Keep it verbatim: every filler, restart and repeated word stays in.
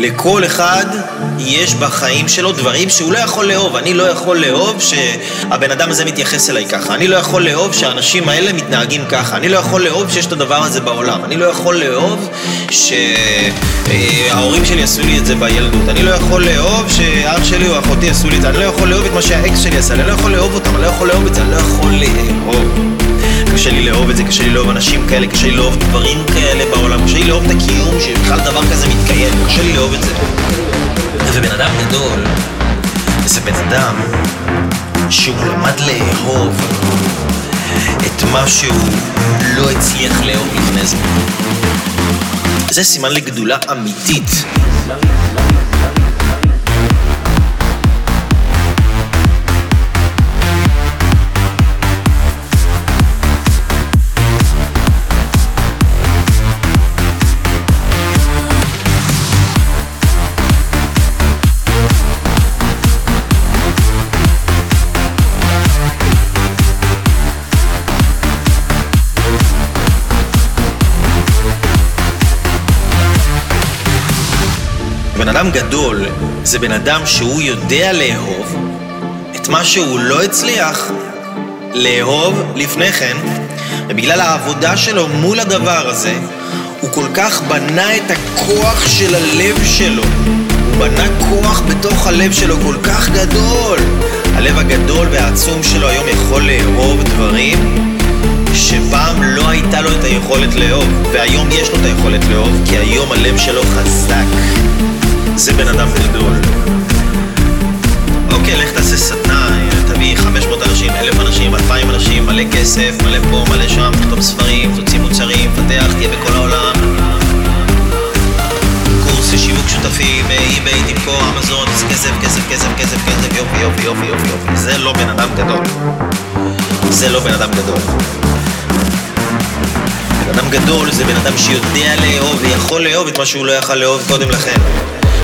לכל אחד יש בחיים שלו דברים שהוא לא יכול לאהוב. אני לא יכול לאהוב שהבן אדם הזה מתייחס אליי ככה. אני לא יכול לאהוב שהאנשים האלה מתנהגים ככה. אני לא יכול לאהוב שיש את הדבר הזה בעולם. אני לא יכול לאהוב שההורים שלי עשו לי את זה בילדות. אני לא יכול לאהוב שאח שלי או אחותי עשו לי את זה. אני לא יכול לאהוב את מה שהאקס שלי עשה. אני לא יכול לאהוב אותם. אני לא יכול לאהוב את זה. אני לא יכול לאהוב. קשה לי לאהוב את זה, קשה לי לאהוב אנשים כאלה, קשה לי לאהוב דברים כאלה בעולם, קשה לי לאהוב את הקיום שבכלל דבר כזה מתקיים, קשה לי לאהוב את זה. ובן אדם גדול זה בן אדם שהוא למד לאהוב את מה שהוא לא הצליח לאהוב לפני זה. זה סימן לגדולה אמיתית. בן אדם גדול זה בן אדם שהוא יודע לאהוב את מה שהוא לא הצליח לאהוב לפני כן, ובגלל העבודה שלו מול הדבר הזה הוא כל כך בנה את הכוח של הלב שלו. הוא בנה כוח בתוך הלב שלו כל כך גדול. הלב הגדול והעצום שלו היום יכול לאהוב דברים שפעם לא הייתה לו את היכולת לאהוב, והיום יש לו את היכולת לאהוב כי היום הלב שלו חזק. זה בן אדם גדול. אוקיי, לך תעשה סדנה, תביא חמש מאות אנשים, אלף אנשים, אלפיים אנשים, מלא כסף, מלא פה, מלא שם, תכתוב ספרים, תוציא מוצרים, פתח, תהיה בכל העולם. קורס לשיווק שותפים, אי-ביי, תמכור, אמזון, כסף, כסף, כסף, כסף, כסף, יופי, יופי, יופי, יופי, יופי. זה לא בן אדם גדול. זה לא בן אדם גדול. בן אדם גדול זה בן אדם שיודע לאהוב ויכול לאהוב את מה שהוא לא יכל לאהוב קודם לכן.